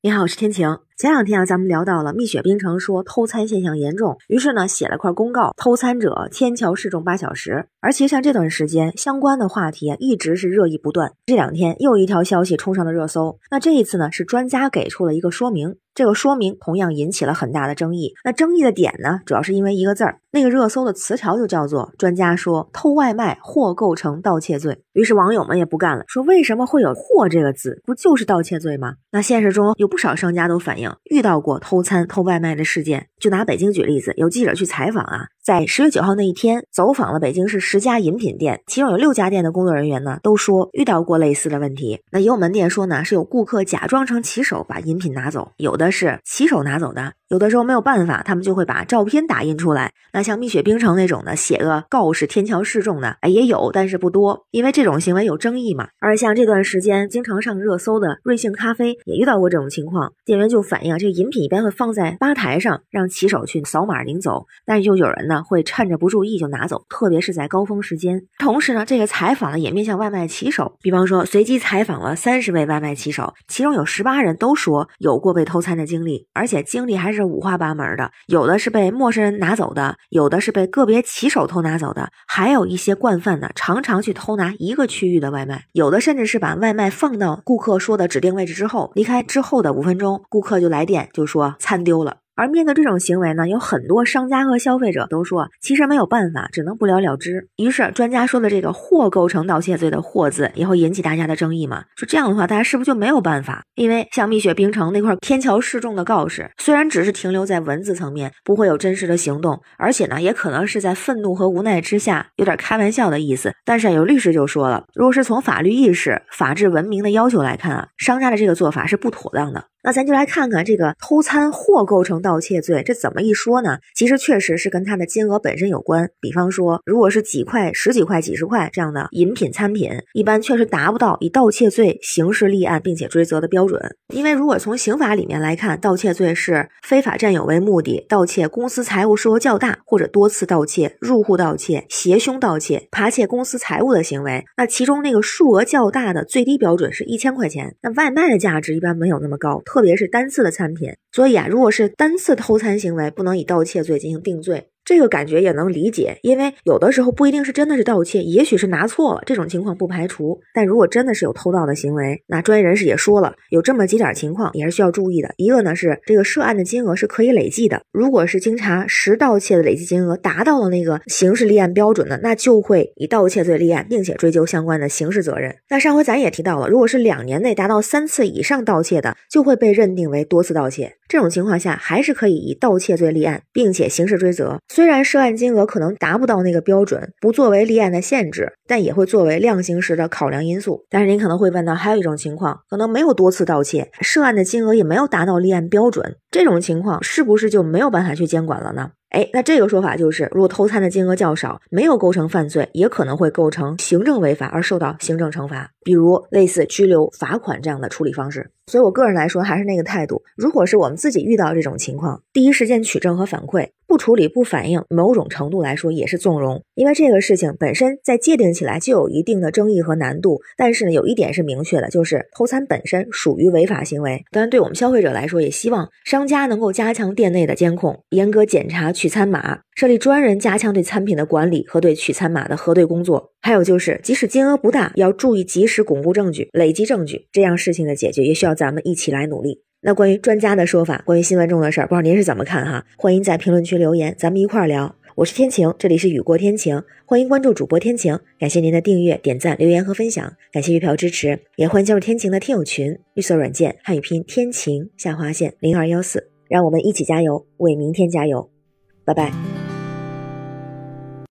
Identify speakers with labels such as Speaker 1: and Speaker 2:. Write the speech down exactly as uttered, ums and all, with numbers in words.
Speaker 1: 你好，我是天晴。前两天啊，咱们聊到了蜜雪冰城说偷餐现象严重，于是呢写了块公告，偷餐者天桥示众八小时。而其实像这段时间相关的话题啊，一直是热议不断。这两天又一条消息冲上了热搜，那这一次呢是专家给出了一个说明，这个说明同样引起了很大的争议。那争议的点呢，主要是因为一个字儿，那个热搜的词条就叫做专家说偷外卖或构成盗窃罪。于是网友们也不干了，说为什么会有或这个字，不就是盗窃罪吗？那现实中有不少商家都反映遇到过偷餐偷外卖的事件。就拿北京举例子，有记者去采访啊，在十月九号那一天走访了北京市十家饮品店，其中有六家店的工作人员呢都说遇到过类似的问题。那也有门店说呢，是有顾客假装成骑手把饮品拿走，有的是骑手拿走的，有的时候没有办法，他们就会把照片打印出来。那像蜜雪冰城那种的写个告示天桥示众的也有，但是不多，因为这种行为有争议嘛。而像这段时间经常上热搜的瑞幸咖啡也遇到过这种情况，店员就反映这个饮品一般会放在吧台上让骑手去扫码领走，但是就有人呢会趁着不注意就拿走，特别是在高峰时间。同时呢，这个采访呢也面向外卖骑手，比方说随机采访了三十位外卖骑手，其中有十八人都说有过被偷餐的经历，而且经历还是五花八门的，有的是被陌生人拿走的，有的是被个别骑手偷拿走的，还有一些惯犯呢常常去偷拿一个区域的外卖，有的甚至是把外卖放到顾客说的指定位置之后，离开之后的五分钟，顾客就来电就说餐丢了。而面对这种行为呢，有很多商家和消费者都说其实没有办法，只能不了了之。于是专家说的这个或构成盗窃罪的或字也会引起大家的争议嘛，说这样的话大家是不是就没有办法？因为像蜜雪冰城那块天桥示众的告示虽然只是停留在文字层面，不会有真实的行动，而且呢也可能是在愤怒和无奈之下有点开玩笑的意思，但是有律师就说了，如果是从法律意识法治文明的要求来看啊，商家的这个做法是不妥当的。那咱就来看看这个偷餐或构成盗窃罪，这怎么一说呢？其实确实是跟它的金额本身有关。比方说，如果是几块、十几块、几十块这样的饮品餐品，一般确实达不到以盗窃罪刑事立案并且追责的标准。因为如果从刑法里面来看，盗窃罪是非法占有为目的，盗窃公司财物数额较大，或者多次盗窃、入户盗窃、胁凶盗窃、扒窃公司财物的行为。那其中那个数额较大的最低标准是一千块钱，那外卖的价值一般没有那么高，特别是单次的餐品，所以啊，如果是单次偷餐行为，不能以盗窃罪进行定罪。这个感觉也能理解，因为有的时候不一定是真的是盗窃，也许是拿错了，这种情况不排除。但如果真的是有偷盗的行为，那专业人士也说了，有这么几点情况也是需要注意的。一个呢是这个涉案的金额是可以累计的，如果是经查实盗窃的累计金额达到了那个刑事立案标准的，那就会以盗窃罪立案，并且追究相关的刑事责任。那上回咱也提到了，如果是两年内达到三次以上盗窃的，就会被认定为多次盗窃。这种情况下还是可以以盗窃罪立案，并且刑事追责。虽然涉案金额可能达不到那个标准，不作为立案的限制，但也会作为量刑时的考量因素。但是您可能会问到，还有一种情况，可能没有多次盗窃，涉案的金额也没有达到立案标准，这种情况是不是就没有办法去监管了呢？哎，那这个说法就是，如果偷餐的金额较少，没有构成犯罪，也可能会构成行政违法而受到行政惩罚，比如类似拘留、罚款这样的处理方式。所以我个人来说还是那个态度，如果是我们自己遇到这种情况，第一时间取证和反馈，不处理不反应，某种程度来说也是纵容。因为这个事情本身在界定起来就有一定的争议和难度，但是呢有一点是明确的，就是偷餐本身属于违法行为。当然对我们消费者来说，也希望商家能够加强店内的监控，严格检查取餐码，设立专人加强对餐品的管理和对取餐码的核对工作。还有就是即使金额不大，要注意及时巩固证据，累积证据，这样事情的解决也需要咱们一起来努力。那关于专家的说法，关于新闻中的事儿，不知道您是怎么看哈？欢迎在评论区留言，咱们一块儿聊。我是天晴，这里是雨过天晴，欢迎关注主播天晴，感谢您的订阅、点赞、留言和分享，感谢月票支持，也欢迎加入天晴的听友群，绿色软件汉语拼天晴下划线零二一四，让我们一起加油，为明天加油，拜拜。